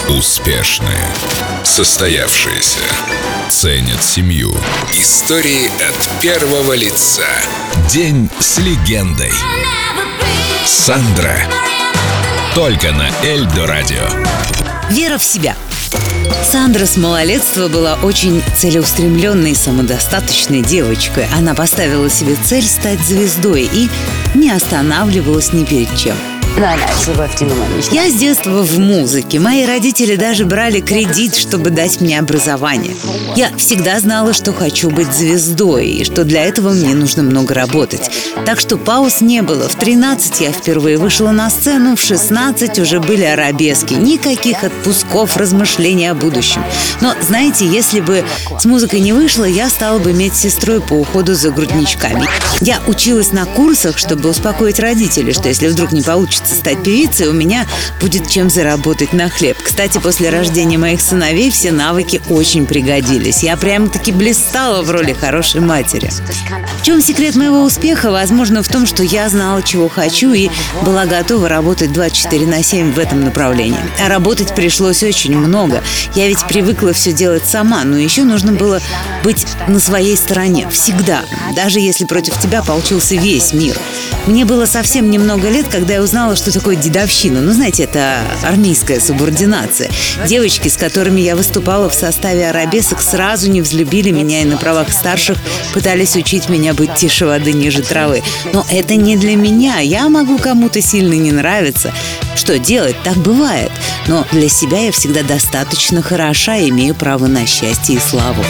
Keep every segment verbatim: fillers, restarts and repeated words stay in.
Успешные, состоявшиеся, ценят семью. Истории от первого лица. День с легендой. Сандра. Только на Эльдо Радио. Вера в себя. Сандра с малолетства была очень целеустремленной и самодостаточной девочкой. Она поставила себе цель стать звездой и не останавливалась ни перед чем. Я с детства в музыке. Мои родители даже брали кредит, чтобы дать мне образование. Я всегда знала, что хочу быть звездой, и что для этого мне нужно много работать. Так что пауз не было. В тринадцать я впервые вышла на сцену, в шестнадцать уже были арабески. Никаких отпусков, размышлений о будущем. Но, знаете, если бы с музыкой не вышло, я стала бы медсестрой по уходу за грудничками. Я училась на курсах, чтобы успокоить родителей, что если вдруг не получится стать певицей, у меня будет чем заработать на хлеб. Кстати, после рождения моих сыновей все навыки очень пригодились. Я прямо-таки блистала в роли хорошей матери. В чем секрет моего успеха? Возможно, в том, что я знала, чего хочу, и была готова работать двадцать четыре на семь в этом направлении. А работать пришлось очень много. Я ведь привыкла все делать сама, но еще нужно было быть на своей стороне. Всегда. Даже если против тебя получился весь мир. Мне было совсем немного лет, когда я узнала, что такое дедовщина. Ну, знаете, это армейская субординация. Девочки, с которыми я выступала в составе арабесок, сразу не взлюбили меня и на правах старших пытались учить меня быть тише воды, ниже травы. Но это не для меня. Я могу кому-то сильно не нравиться. Что делать? Так бывает. Но для себя я всегда достаточно хороша и имею право на счастье и славу.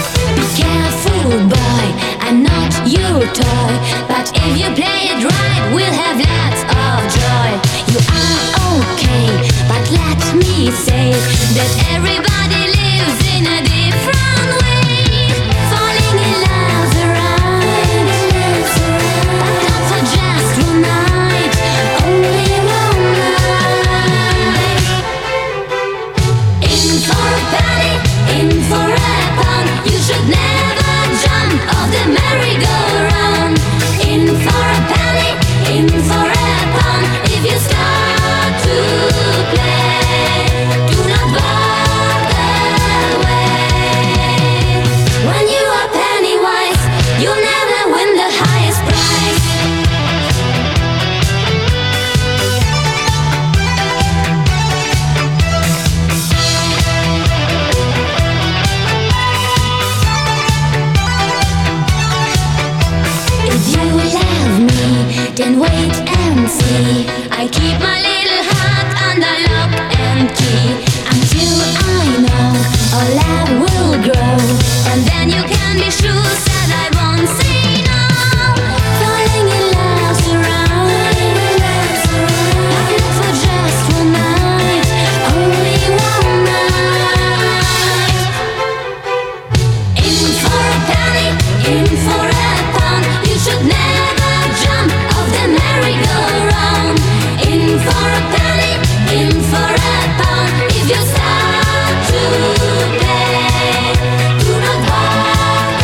Say that everybody lives in a different way. Falling in love's a ride, but not for just one night, only one night. In for a penny, in for a pound, you should never jump off the merry-go-round. In for a penny, in for a pound, if you start to play. Then wait and see. I keep my little heart under lock and key until I know our love will grow, and then you can be sure that I won't say no. Falling in love's a ride, but not for just one night, only one night. In for a penny, in for a pound, you should never jump off the merry-go-round. In for a penny, in for a pound, if you start to play, do not walk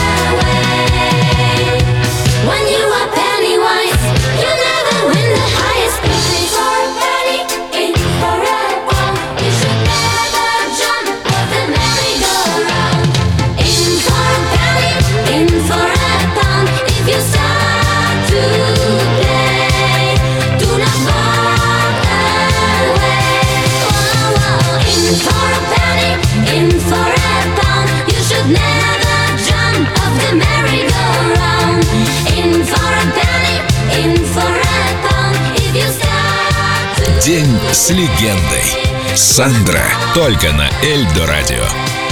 away. When you are penny-wise, you never win the highest prize. For a penny, in for a pound, you should never jump off the merry-go-round. In for a penny, in for a pound, if you start to play, do not walk away. Oh, oh. In for a penny, in for a pound, you should never jump off the merry-go-round. In for a penny, in for a pound, if you start to... День с легендой. Сандра. Только на Эльдо Радио.